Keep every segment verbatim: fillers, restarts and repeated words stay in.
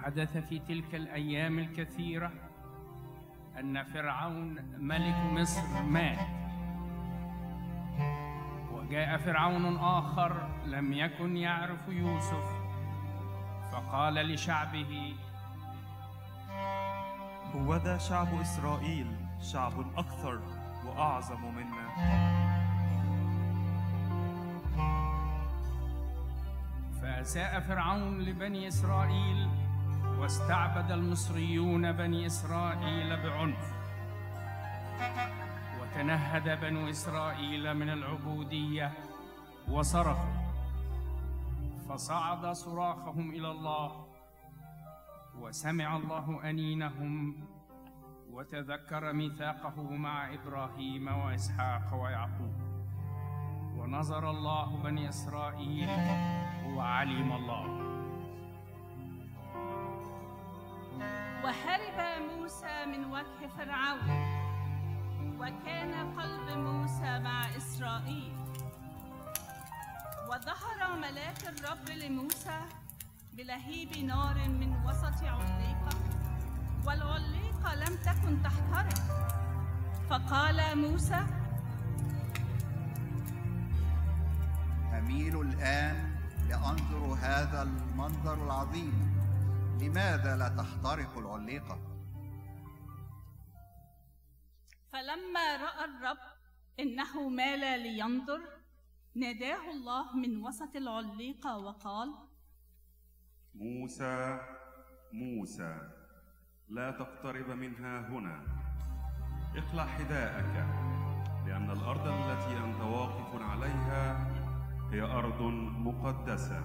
وحدث في تلك الأيام الكثيرة أن فرعون ملك مصر مات، وجاء فرعون آخر لم يكن يعرف يوسف، فقال لشعبه: هوذا شعب إسرائيل شعب أكثر وأعظم منا. فأساء فرعون لبني إسرائيل، واستعبد المصريون بني إسرائيل بعنف، وتنهد بنو إسرائيل من العبودية وصرخوا، فصعد صراخهم إلى الله، وسمع الله أنينهم، وتذكر ميثاقه مع إبراهيم وإسحاق ويعقوب، ونظر الله بني إسرائيل وعلم الله. وهرب موسى من وجه فرعون، وكان قلب موسى مع إسرائيل. وظهر ملاك الرب لموسى بلهيب نار من وسط عليقة، والعليقة لم تكن تحترق. فقال موسى: أميل الآن لأنظر هذا المنظر العظيم، لماذا لا تحترق العليقة؟ فلما رأى الرب إنه مال لينظر، ناداه الله من وسط العليقة وقال: موسى موسى، لا تقترب منها هنا، اخلع حذاءك، لأن الأرض التي أنت واقف عليها هي أرض مقدسة.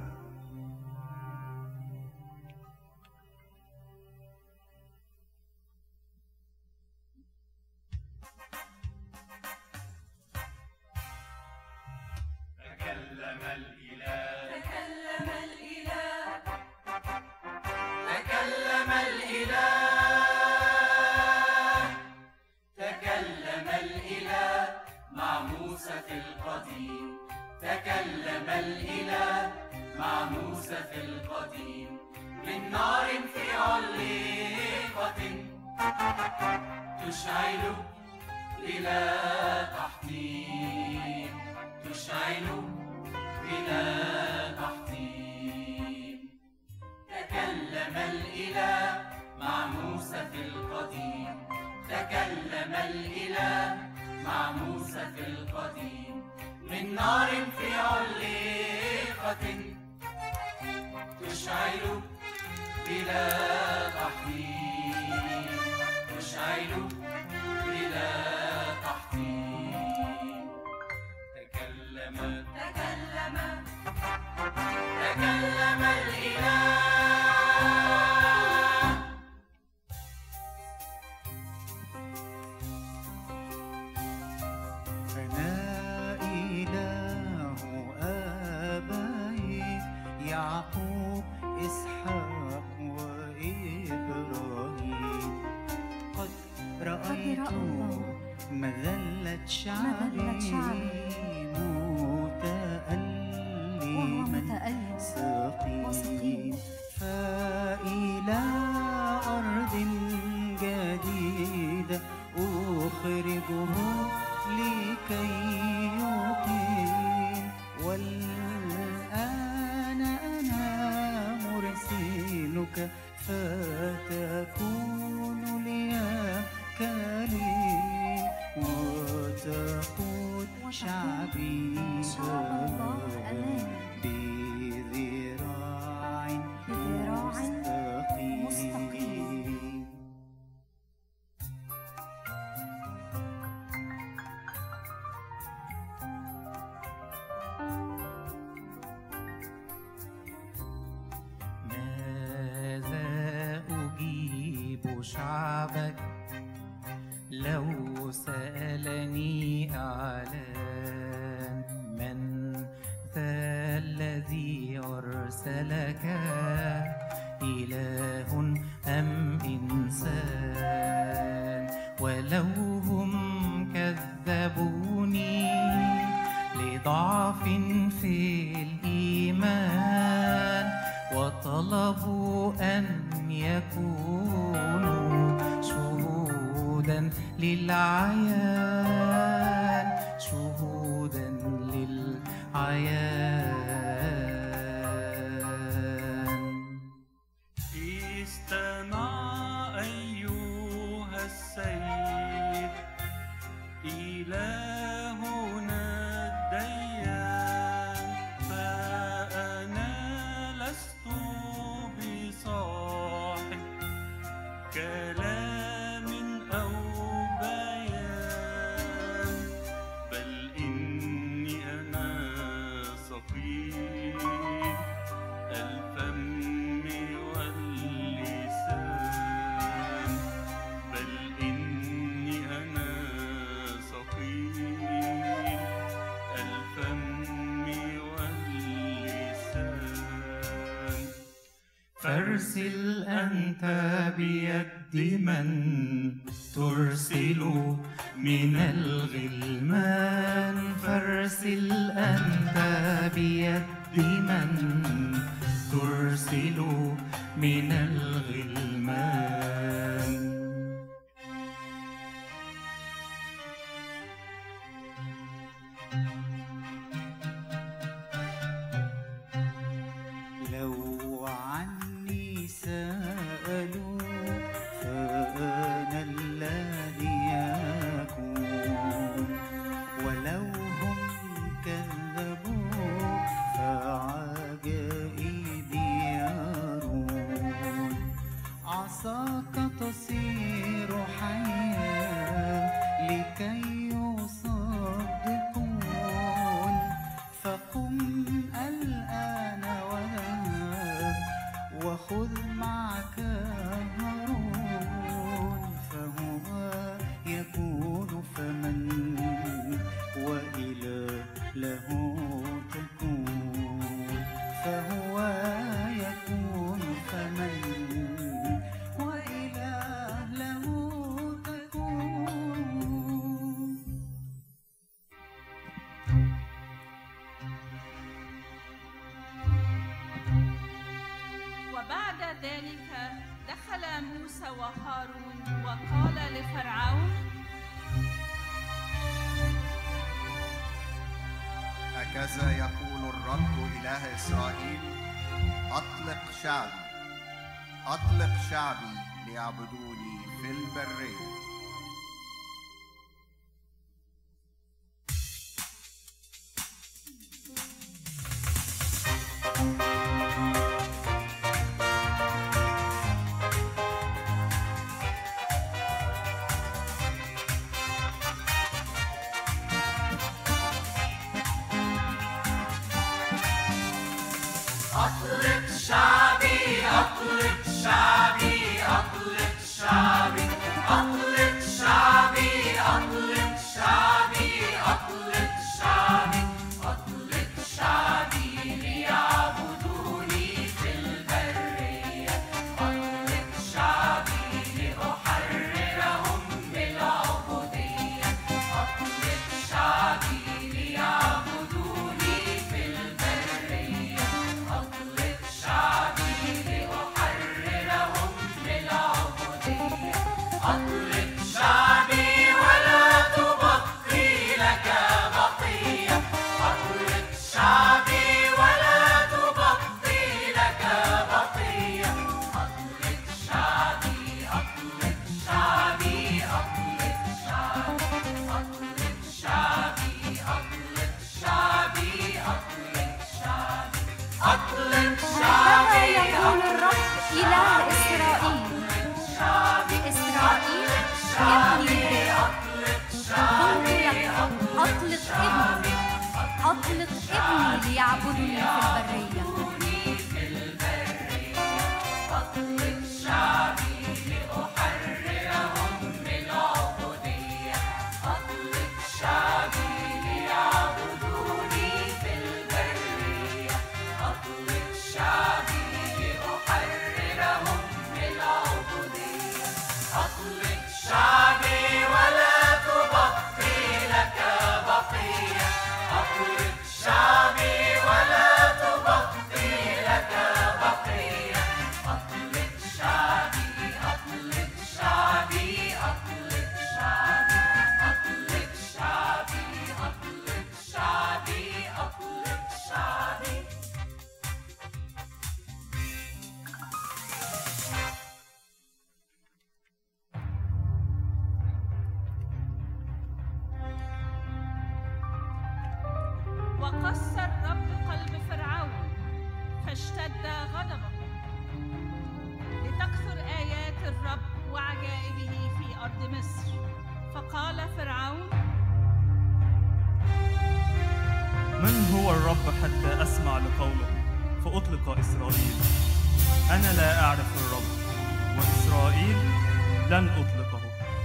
تكلم الإله تكلم الإله تكلم الإله تكلم الإله مع موسى في القديم. تكلم الإله مع موسى في القديم، من نار في عليقة تشعل بلا تحطيم، تشعل بلا تحطيم. تكلم الإله مع موسى في القديم. تكلم الإله مع موسى في القديم، من نار في عليقة تشعل بلا تحطيم، تشعل بلا تحطيم. تكلم تكلم تكلم الإله. يعقوب إسحاق وإبراهيم، قد رأيت مذلة شعبي متألما سقيم، فإلى أرض جديدة أخرجه لكي يقيم. والآن أنا مرسلك فتكون لي كليم، وتقود شعبي بذراع مستقيم. شعبك لو سألني أعلان، من ذا الذي أرسلك، إله أم إنسان؟ ولو هم كذبوني لضعف في الإيمان، وطلبوا أن يكونوا شهودا للعيان، شهودا للعيان. استمع أيها السيد إلهنا الديان، فأنا لست بصاحب كلام أو بيان، بل إني أنا صفي الفم واللسان، بل إني أنا صفي الفم واللسان. فارسل أنت بيد من ترسل من الغلمان، فارسل أنت بيد من ترسل من الغلمان. لو عني سألوا فأنا الذي يكون، ولو هم كذبوا فعجائبي يرون. عصاك تصير حياة لكي يصدقون، فقم الآن وذهب وخذ معك هارون، فهو يكون فمن وإله له تكون، فهو يكون فمن وإله له تكون. وبعد ذلك دخل موسى وهارون وقال لفرعون: هكذا يقول الرب إله إسرائيل: أطلق شعبي، أطلق شعبي ليعبدوني في البرية. أطلق شعبي، أطلق شعبي، أطلق شعبي، أطلق شعبي، أطلق شعبي، أطلق شعبي، أطلق شعبي ليعبدوني في البرية، أطلق شعبي لأحررهم من العبودية، أطلق شعبي ليعبدوني في البرية، أطلق شعبي لأحررهم من العبودية، أطلق شعبي ولا تبقي لك بقية، أطلق شعبي ولا تبقي لك بقية، أطلق شعبي، أطلق شعبي، أطلق شعبي، أطلق شعبي، أطلق شعبي، أطلق شعبي، أطلق شعبي. هكذا يقول الرب إله إسرائيل: إسرائيل يبني قلت لك أطلق ابني، أطلق ابني ليعبدني في البرية، أطلق شعبي لأحررهم من العبودية، أطلق شعبي ليعبدوني في البرية، أطلق شعبي لأحررهم من العبودية، أطلق شعبي ولا تبقي لك بقية، أطلق شعبي ولا تبقي مصر. فقال فرعون: من هو الرب حتى أسمع لقوله فأطلق إسرائيل؟ أنا لا أعرف الرب، وإسرائيل لن أطلقه.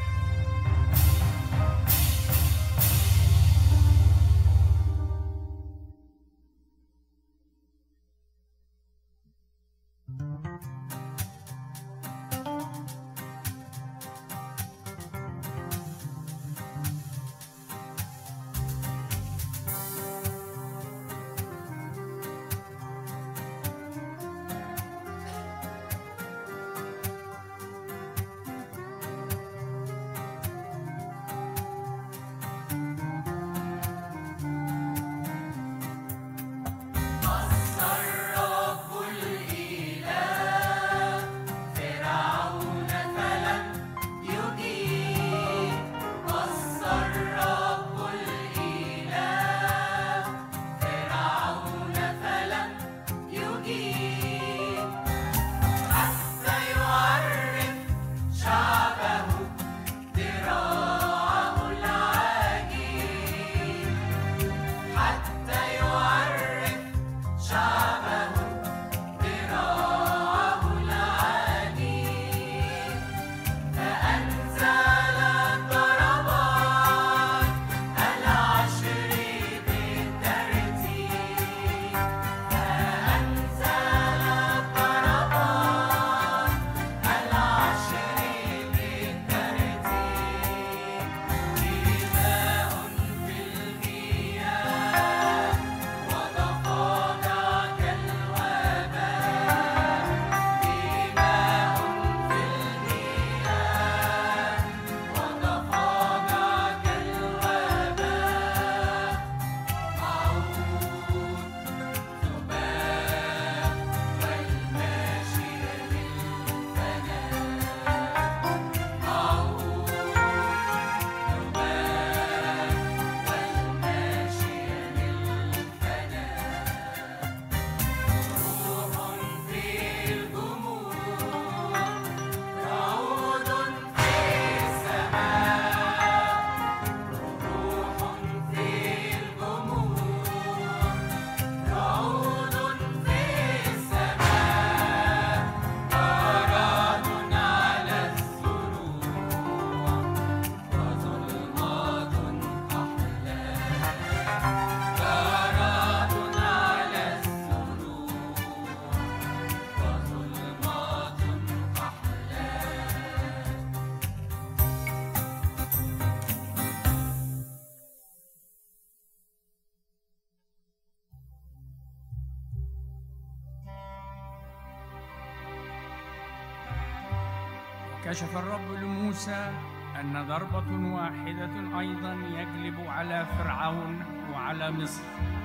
كشف الرب لموسى أن ضربة واحدة أيضا يجلب على فرعون وعلى مصر،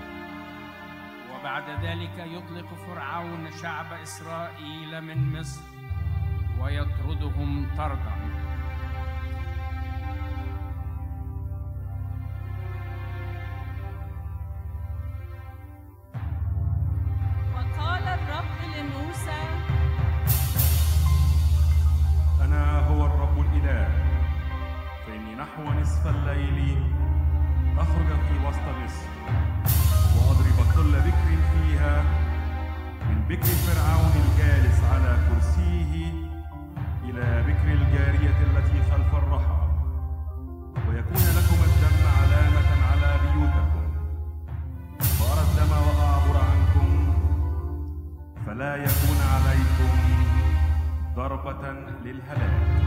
وبعد ذلك يطلق فرعون شعب إسرائيل من مصر ويطردهم طردا. وقال الرب لموسى: أنا هو الرب الإله، فإني نحو نصف الليل أخرج في وسط مصر وأضرب كل بكر فيها، من بكر فرعون الجالس على كرسيه إلى بكر الجارية التي خلف الرحى، ويكون لكم الدم علامة على بيوتكم، وأرى الدم وأعبر عنكم، فلا يكون عليكم ضربة للهلاك.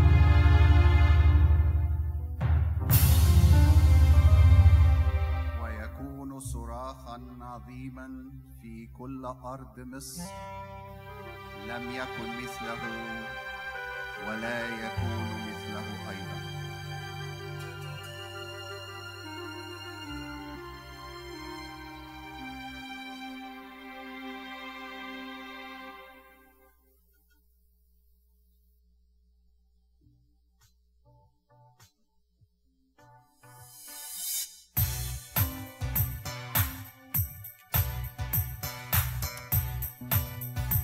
ويكون صراخا عظيما في كل أرض مصر لم يكن مثله ولا يكون مثله أيضا.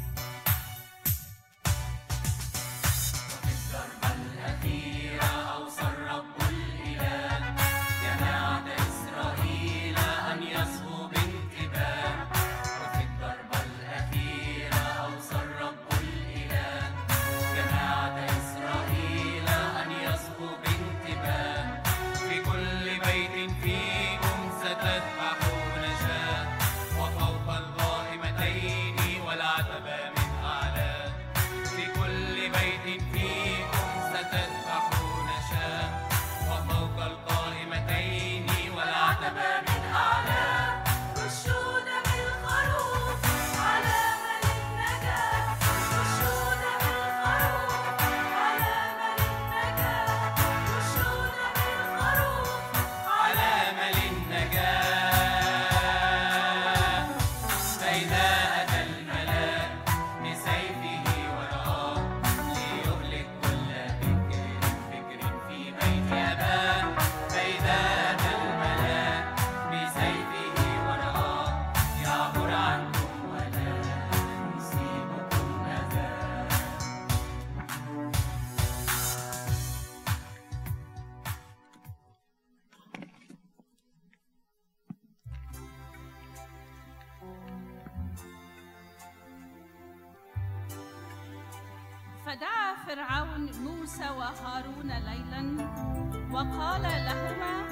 الضربة الأخيرة فدعا فرعون موسى وهارون ليلا وقال لهما: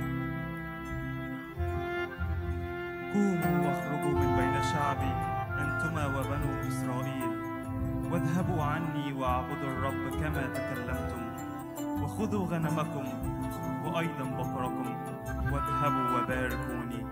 قوموا واخرجوا من بين شعبي أنتما وبنو إسرائيل، واذهبوا عني واعبدوا الرب كما تكلمتم، وخذوا غنمكم وأيضا بقركم واذهبوا وباركوني.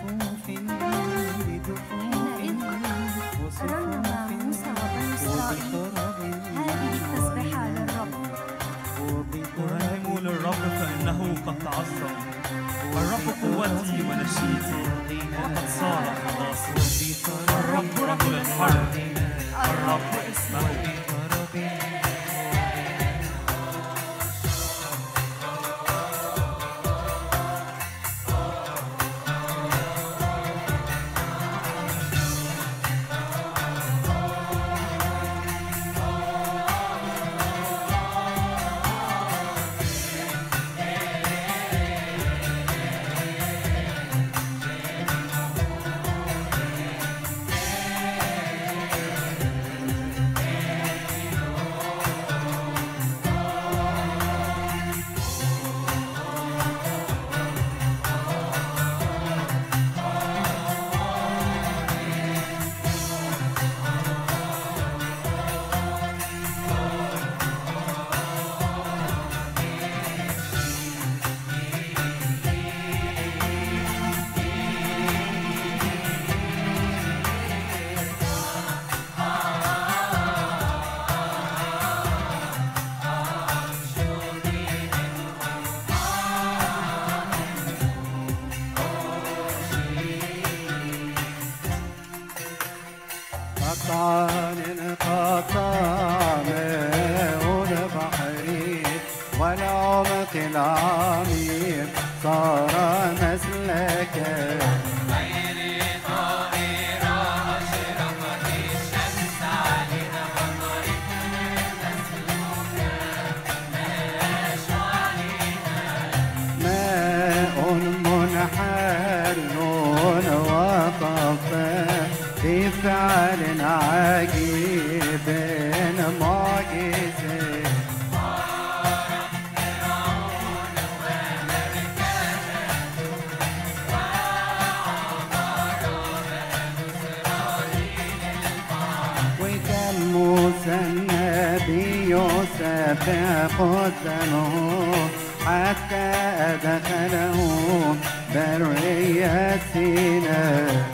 وصفوف حينئذ رنم موسى وبنو إسرائيل هذه التسبيحة للرب. رنموا للرب فإنه قد تعظم، الرب قوتي ونشيتي وقد صار خلاصي. الرب رجل الحرب، الرب اسمه. العميق صار مسلكا. غير طائرة أشرقت الشمس علينا وطريق مسلوكا ماش علينا. ماء منحل وقف في فعل عجيب معجز. النبي يسبح قدامه حتى أدخله برية سيناء.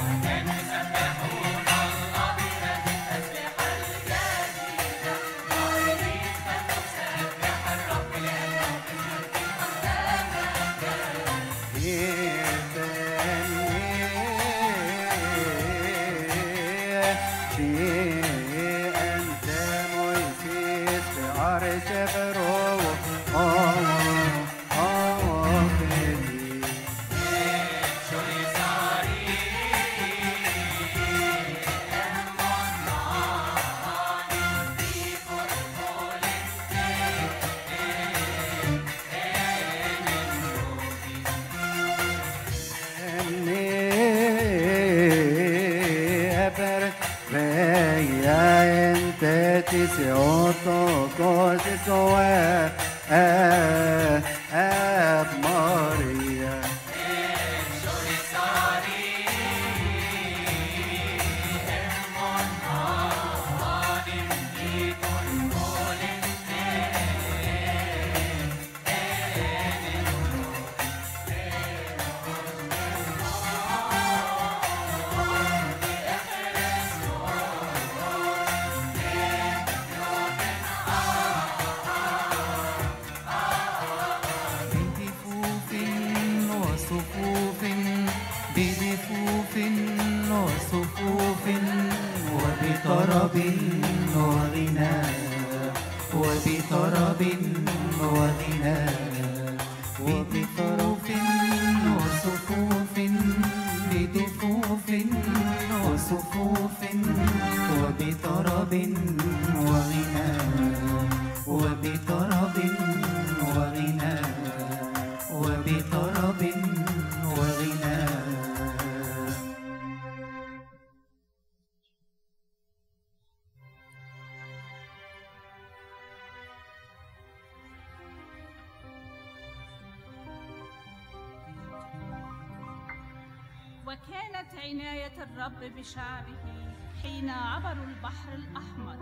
وكانت عناية الرب بشعبه حين عبروا البحر الأحمر.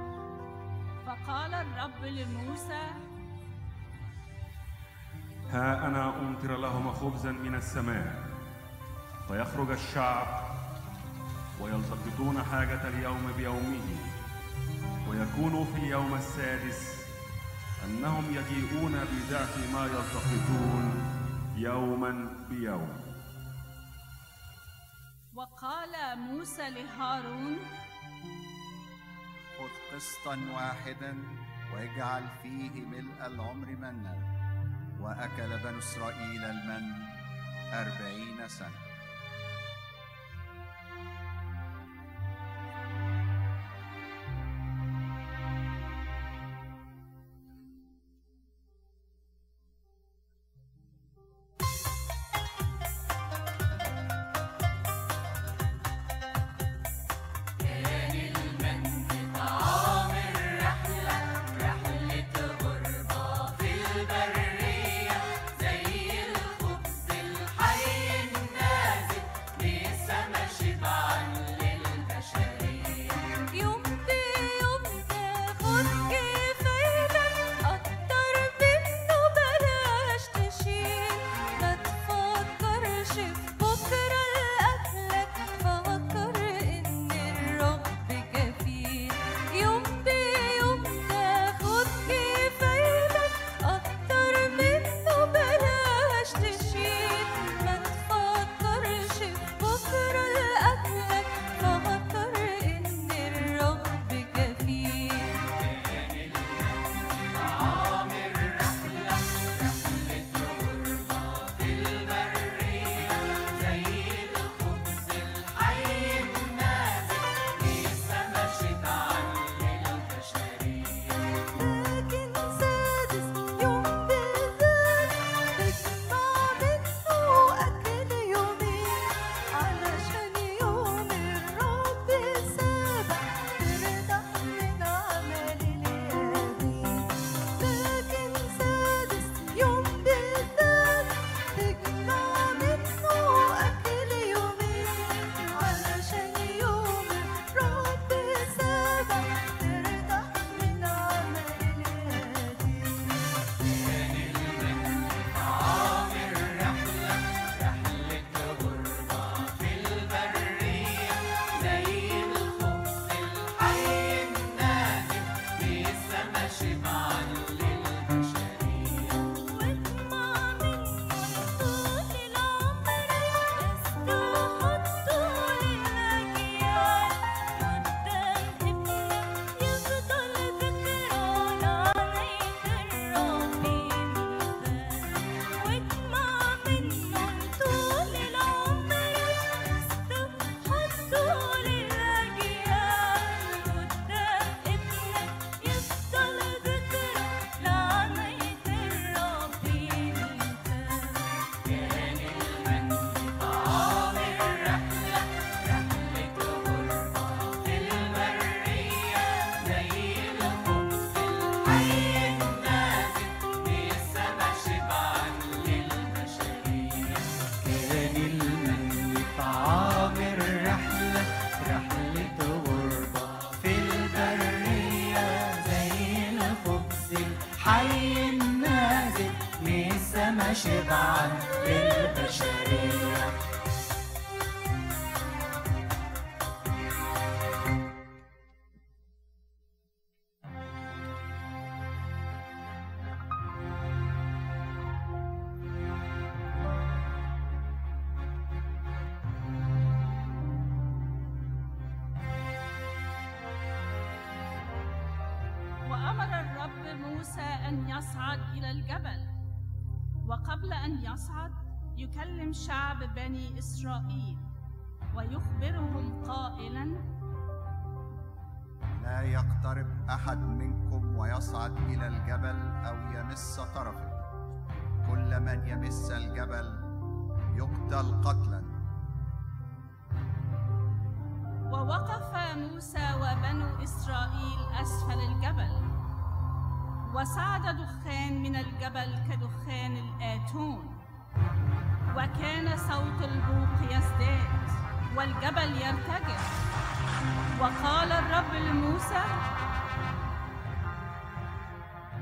فقال الرب لموسى: ها أنا أمطر لهم خبزا من السماء، فيخرج الشعب ويلتقطون حاجة اليوم بيومه، ويكون في اليوم السادس أنهم يجيئون بضعف ما يلتقطون يوما بيوم. وقال موسى لهارون: خذ قسطا واحدا واجعل فيه ملء العمر منا. وأكل بنو إسرائيل المن أربعين سنة. شبعا للبشرية. وأمر الرب موسى أن يصعد إلى الجبل، وقبل أن يصعد يكلم شعب بني إسرائيل ويخبرهم قائلاً: لا يقترب أحد منكم ويصعد إلى الجبل أو يمس طرفه. كل من يمس الجبل يقتل قتلاً. ووقف موسى وبنو إسرائيل أسفل الجبل، وصعد دخان من الجبل كدخان الآتون، وكان صوت البوق يزداد والجبل يرتجع. وقال الرب لموسى: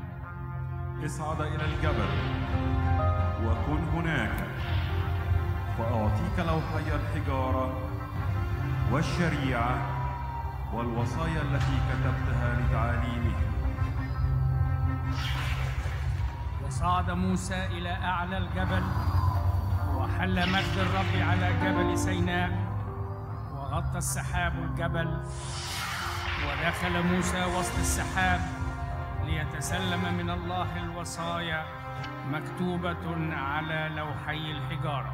اصعد إلى الجبل وكن هناك، فأعطيك لوحي الحجارة والشريعة والوصايا التي كتبتها لتعاليمهم. وصعد موسى إلى أعلى الجبل، وحل مجد الرب على جبل سيناء، وغطى السحاب الجبل، ودخل موسى وسط السحاب ليتسلم من الله الوصايا مكتوبة على لوحي الحجارة.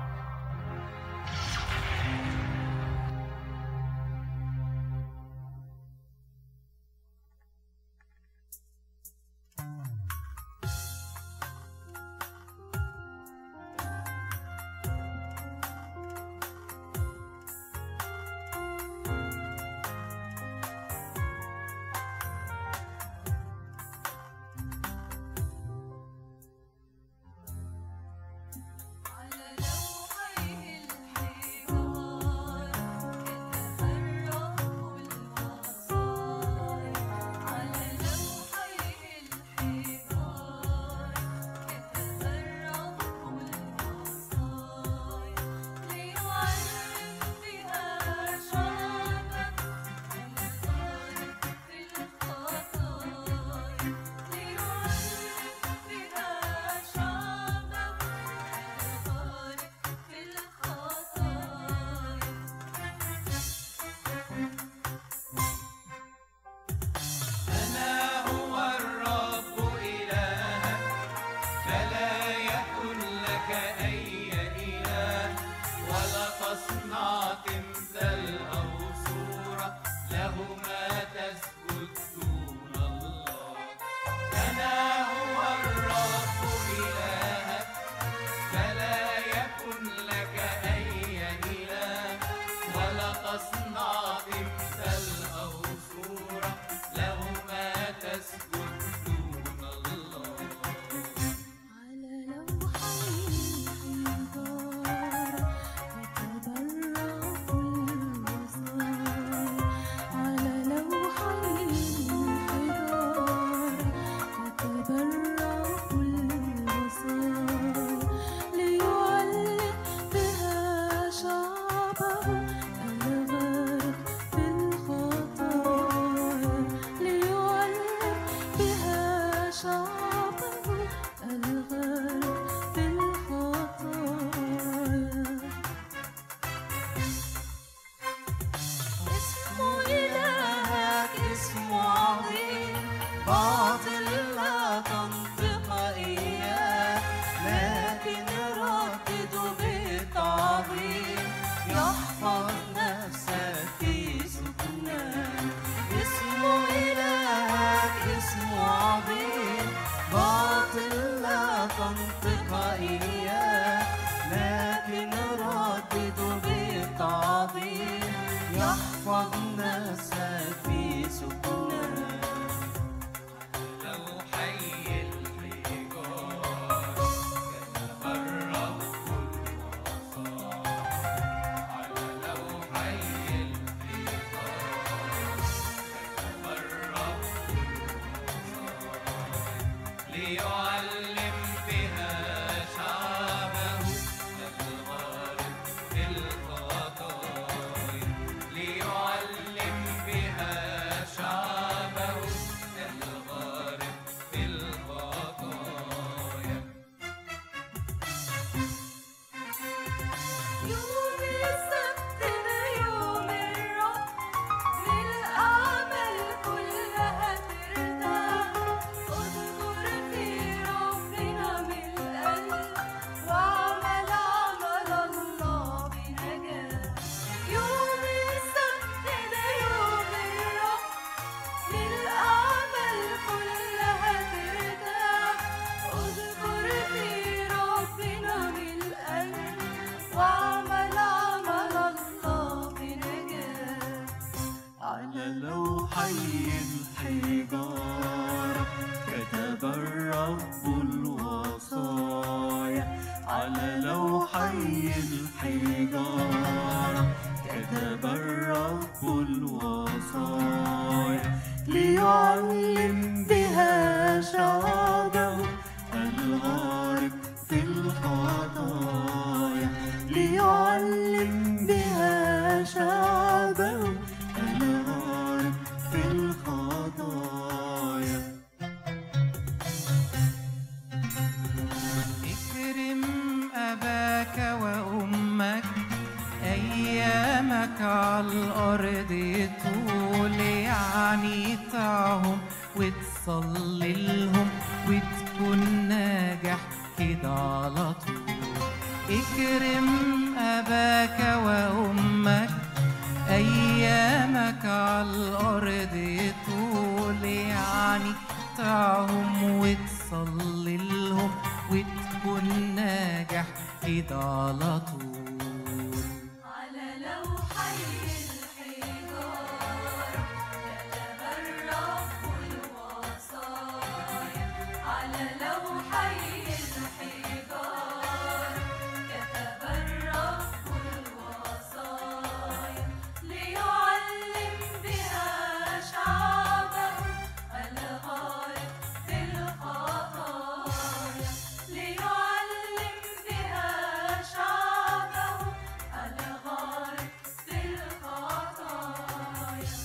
ليعلم أيامك على الأرض طول، يعني تعهم وتصلي لهم وتكون ناجح كده على طول. اكرم أباك وأمك، أيامك على الأرض طول، يعني تعهم وتصلي لهم وتكون ناجح كده على طول. على لوحي الحجار كتب الرب الوصايا، على لوحي الحجار كتب الرب الوصايا، ليعلم بها شعبه الغارق في الخطايا، ليعلم بها شعبه الغارق في الخطايا.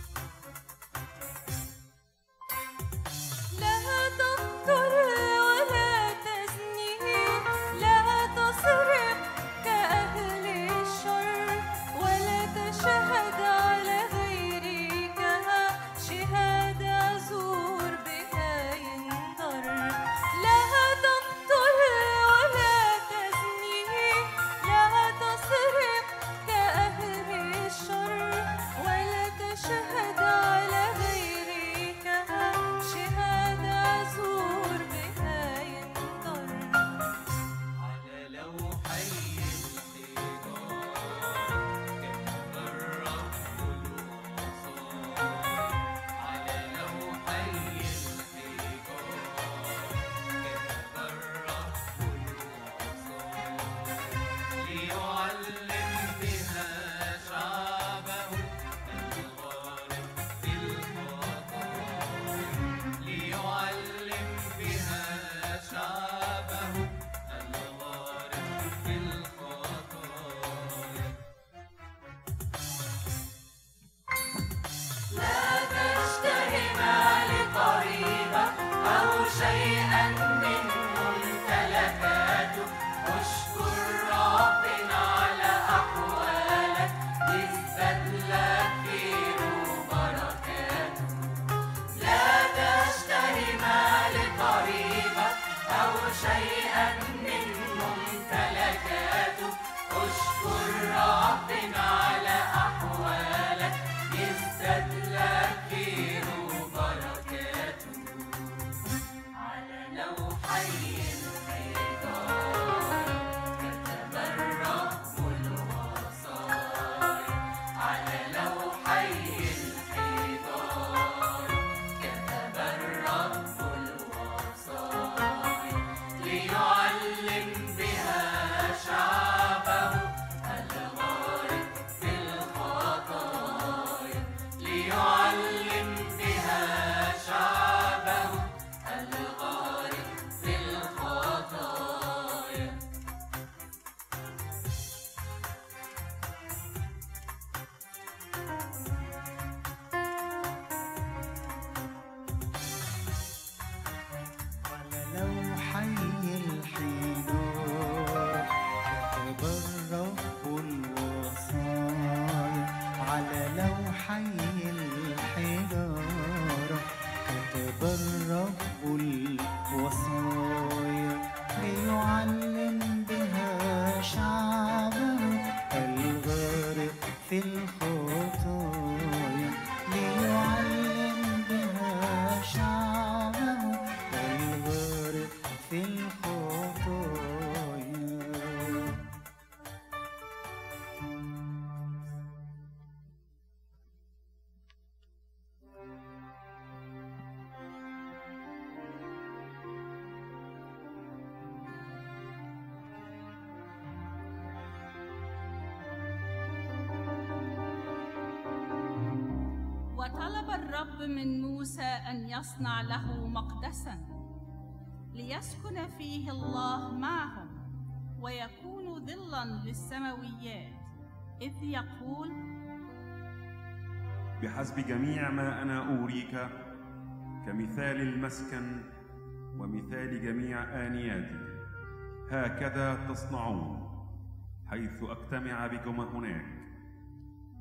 لا تقتل ولا تزني، لا تسرق كأهل الشر، ولا تشهد على غيرك شهادة زور بها ينضر. لا تقتل ولا تزني، لا تسرق كأهل الشر، ولا تشهد على غيرك شهادة زور بها ينضر. على لوحي الحجار كتب الرب الوصايا، على لوحي الحجار كتب الرب الوصايا، ليعلم بها شعبه الغارق في الخطايا، ليعلم بها شعبه الغارق في الخطايا. لا تشتهي مال قريبك أو شيئا من ممتلكاته، اشكر ربنا على أحوالك يزداد لك خير وبركاته. لا تشتهي مال قريبك أو شيئا من ممتلكاته، اشكر ربنا على أحوالك يزداد لك خير وبركاته. على لوحي الحجار كتب الرب الوصايا، على لوحي الحجار كتب الرب الوصايا، ليعلم بها شعبه الغارق في الخطايا، ليعلم بها شعبه الغارق في الخطايا. على لوحي الحجار كتب الرب الوصايا، على لوحي الحجار كتب الرب الوصايا، ليعلم بها شعبه الغارق في الخطايا، ليعلم بها شعبه الغارق في الخطايا. وطلب الرب من موسى أن يصنع له مقدساً ليسكن فيه الله معهم ويكون ظلاً للسماويات، إذ يقول: بحسب جميع ما أنا أوريك كمثال المسكن ومثال جميع آنياته، هكذا تصنعون حيث أجتمع بكم هناك،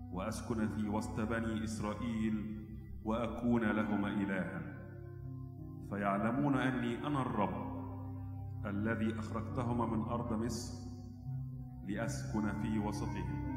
وأسكن في وسط بني إسرائيل وأكون لهم إلها، فيعلمون أني أنا الرب الذي أخرجتهم من أرض مصر لأسكن في وسطهم.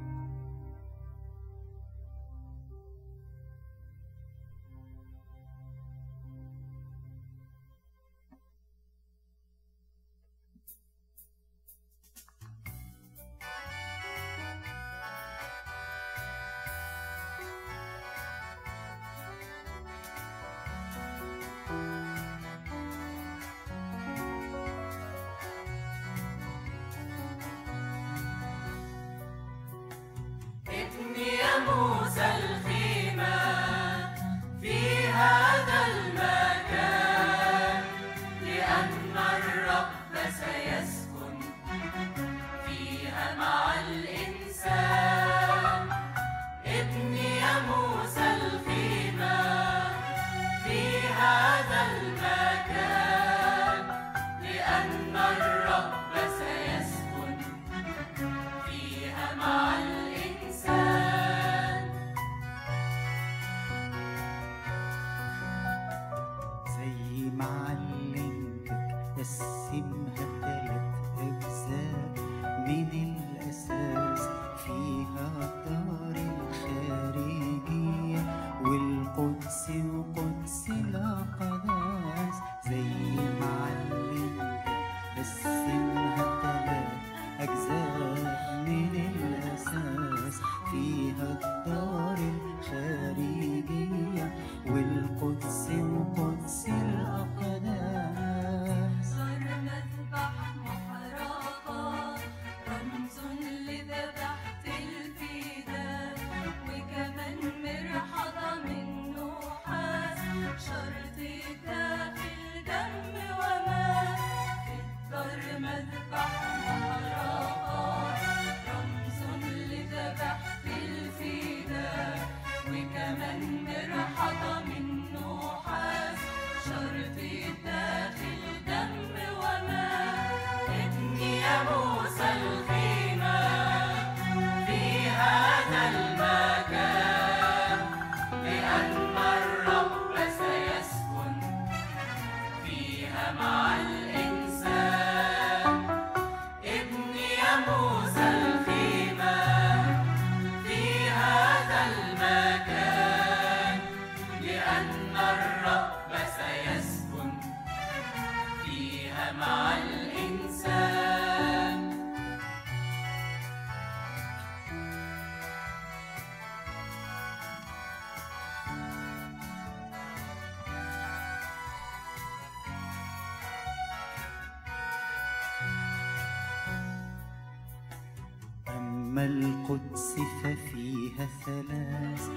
القدس ففيها ثلاث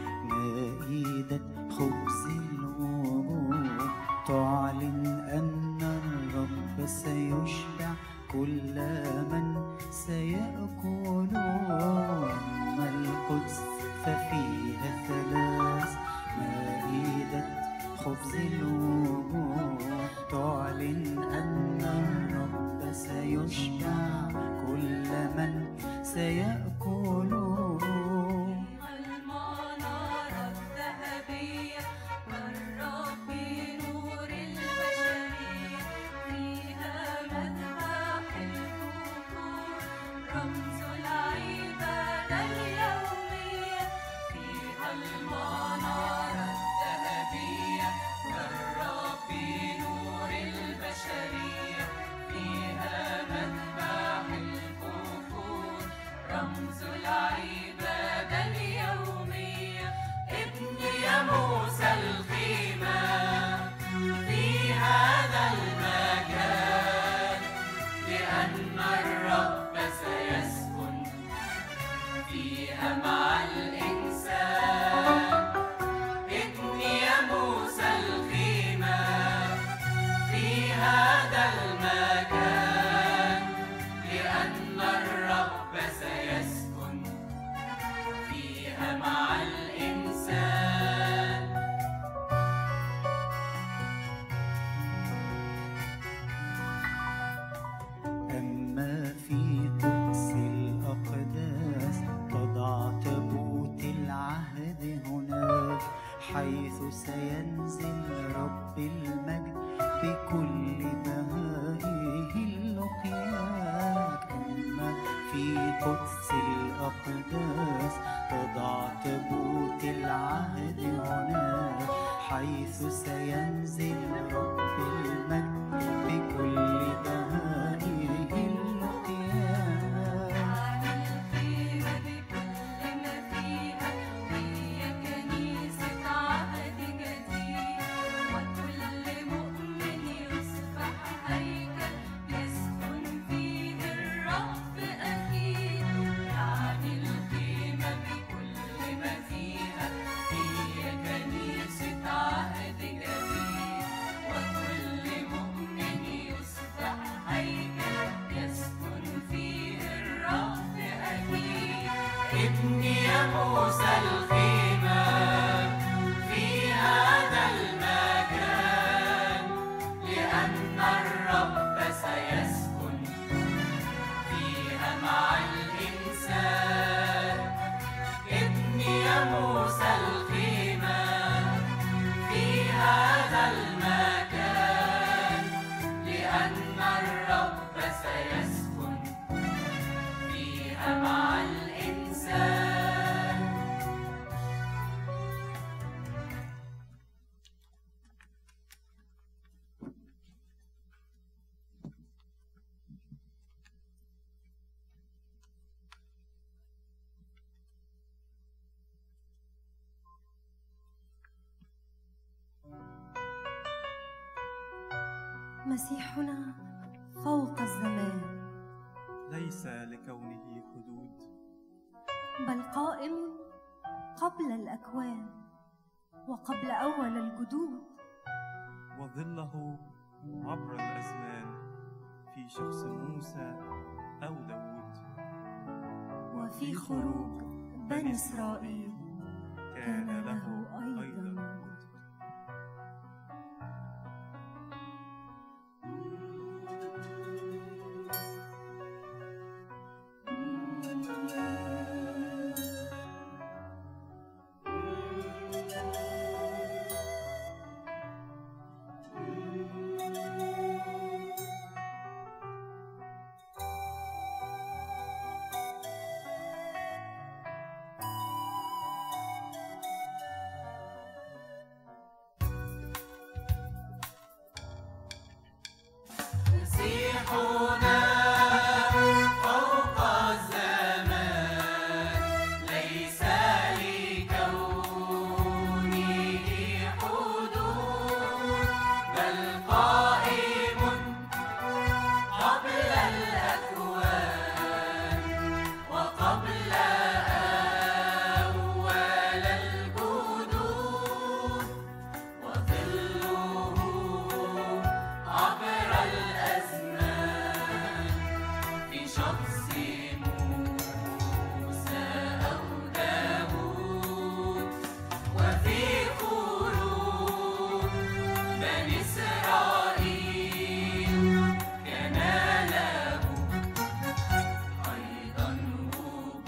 مائدة خبز الوجوه تعلن أن الرب سيشبع كل من سيأكل. أما القدس ففيها ثلاث مائدة خبز الوجوه تعلن أن الرب سيشبع كل من سيأكل. المنارة الذهبية والرب نور البشرية فيها مذبح البخور رمز العبادة اليومية. فيها المنارة الذهبية والرب نور البشرية فيها مذبح البخور رمز العبادة اليومية. ابني يا موسى الخيمة في هذا المكان لأن الرب سيسكن فيها مع الإنسان. ابني يا موسى الخيمة في هذا المكان لأن الرب سيسكن فيها مع الإنسان. أما في قدس الأقداس تضع تابوت حيث سينزل رب المجد بكل بهائه اللقيات. أما في قدس الأقداس تضع تابوت العهد هناك، حيث سينزل رب المجد بكل بهائه اللقيات. عن الخيمة بكل ما فيها، هي كنيسة عهد جديد، وكل مؤمن يصبح هيكل يسكن فيه الرب أكيد. عن الخيمة بكل ما فيها، هي كنيسة عهد جديد، وكل مؤمن يصبح هيكل يسكن فيه الرب أكيد. ابني يا موسى الخيمة في هذا المكان، لأن الرب سيسكن فيها مع الإنسان. ابني يا موسى الخيمة في هذا المكان، لأن الرب سيسكن فيها مع الإنسان. مسيحنا فوق الزمان، ليس لكونه حدود، بل قائم قبل الأكوان وقبل أول الجدود. وظله عبر الأزمان في شخص موسى أو داود. وفي خروج بني إسرائيل كان له أيضا أيضا وجود. مسيحنا فوق الزمان، ليس لكونه حدود، بل قائم قبل الأكوان وقبل أول الجدود، وظله عبر الأزمان في شخص موسى أو داود، وفي خروج بني إسرائيل كان له أيضا وجود.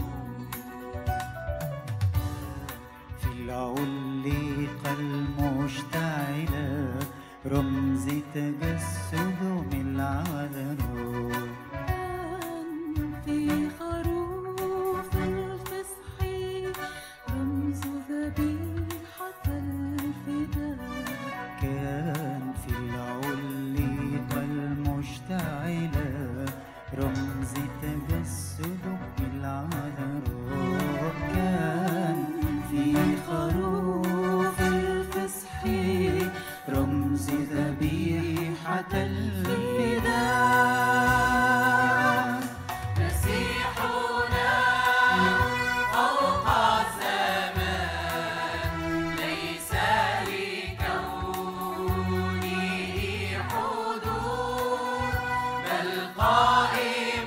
في العليقة المشتعلة رمز تجسد من العذراء. في خروف الفصح رمز ذبيحة الفداء. كان في العليقة المشتعلة رمز تجسد بالعذراء. كان في خروف الفصح رمز ذبيحة الفداء. مسيحنا فوق الزمان، ليس لكونه حدود، بل قائم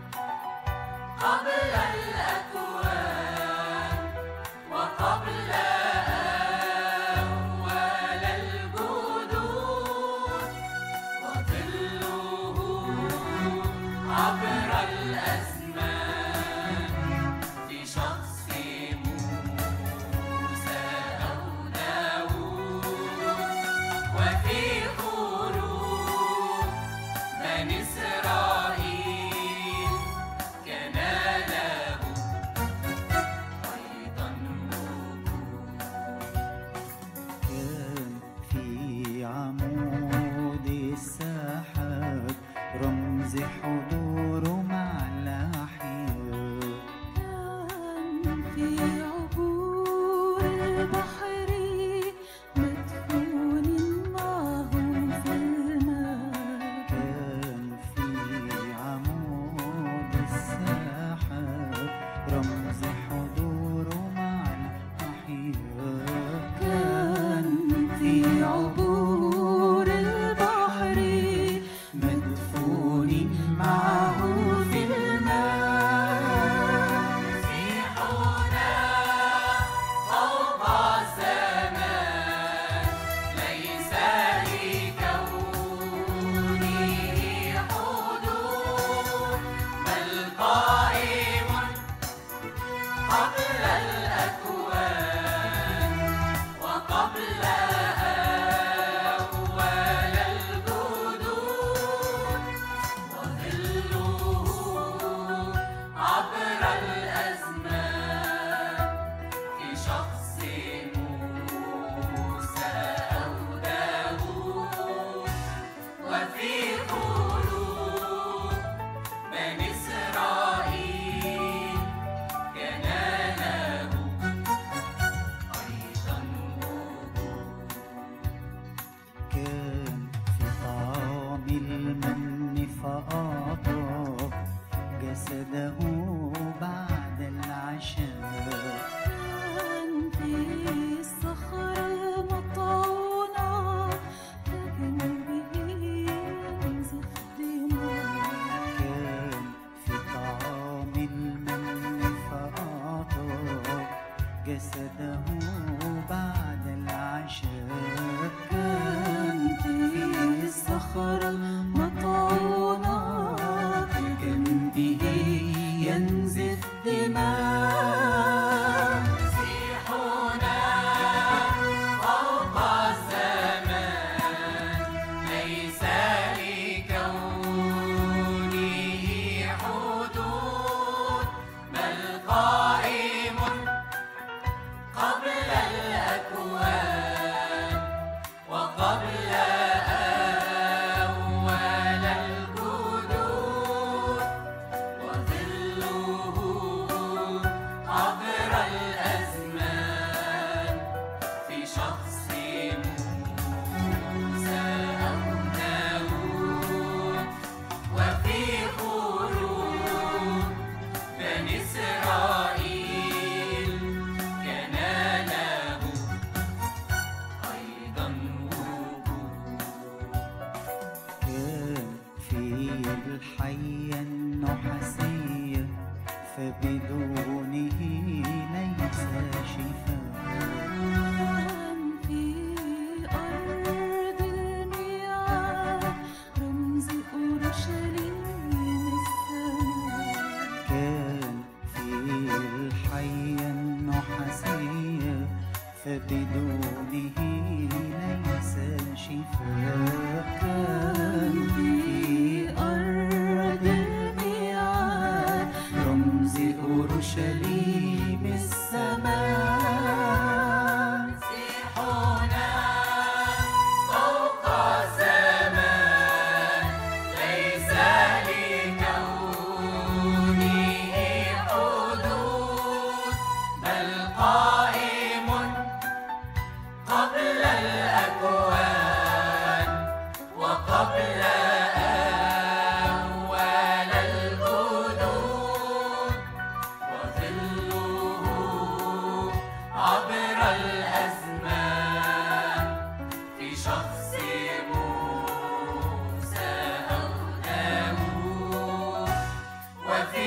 قبل الأكوان وقبل أول الجدود، وظله عبر الأزمان في شخص موسى أو داود. جسده بعد العشاء، كان في الصخرة المطعونة بجنبه ينزف دماء. مسيحنا فوق الزمان، ليس لكونه حدود، بل قائم قبل الأكوان وقبل أول الجدود، وظله عبر الأزمان في شخص موسى أو داود، وفي خروج بني إسرائيل كان له أيضا وجود. كان في الحية النحاسية فبدونه ليس شفاء. كان في أرض الميعاد رمز أورشليم السماء. كان في الحية النحاسية فبدونه ليس شفاء. كان في أرض الميعاد رمز أورشليم السماء. مسيحنا فوق الزمان، ليس لكونه حدود، بل قائم قبل الأكوان وقبل أول الجدود، وظله عبر الأزمان في شخص موسى أو داود، وفي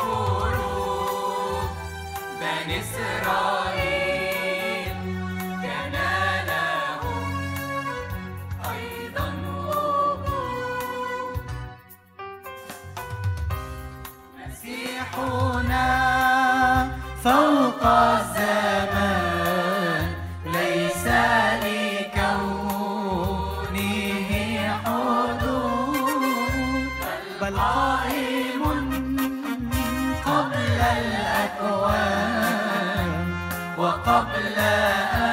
خروج بني إسرائيل كان له أيضا وجود. مسيحنا فوق الزمان، ليس لكونه حدود، بل قائم قبل الأكوان وقبل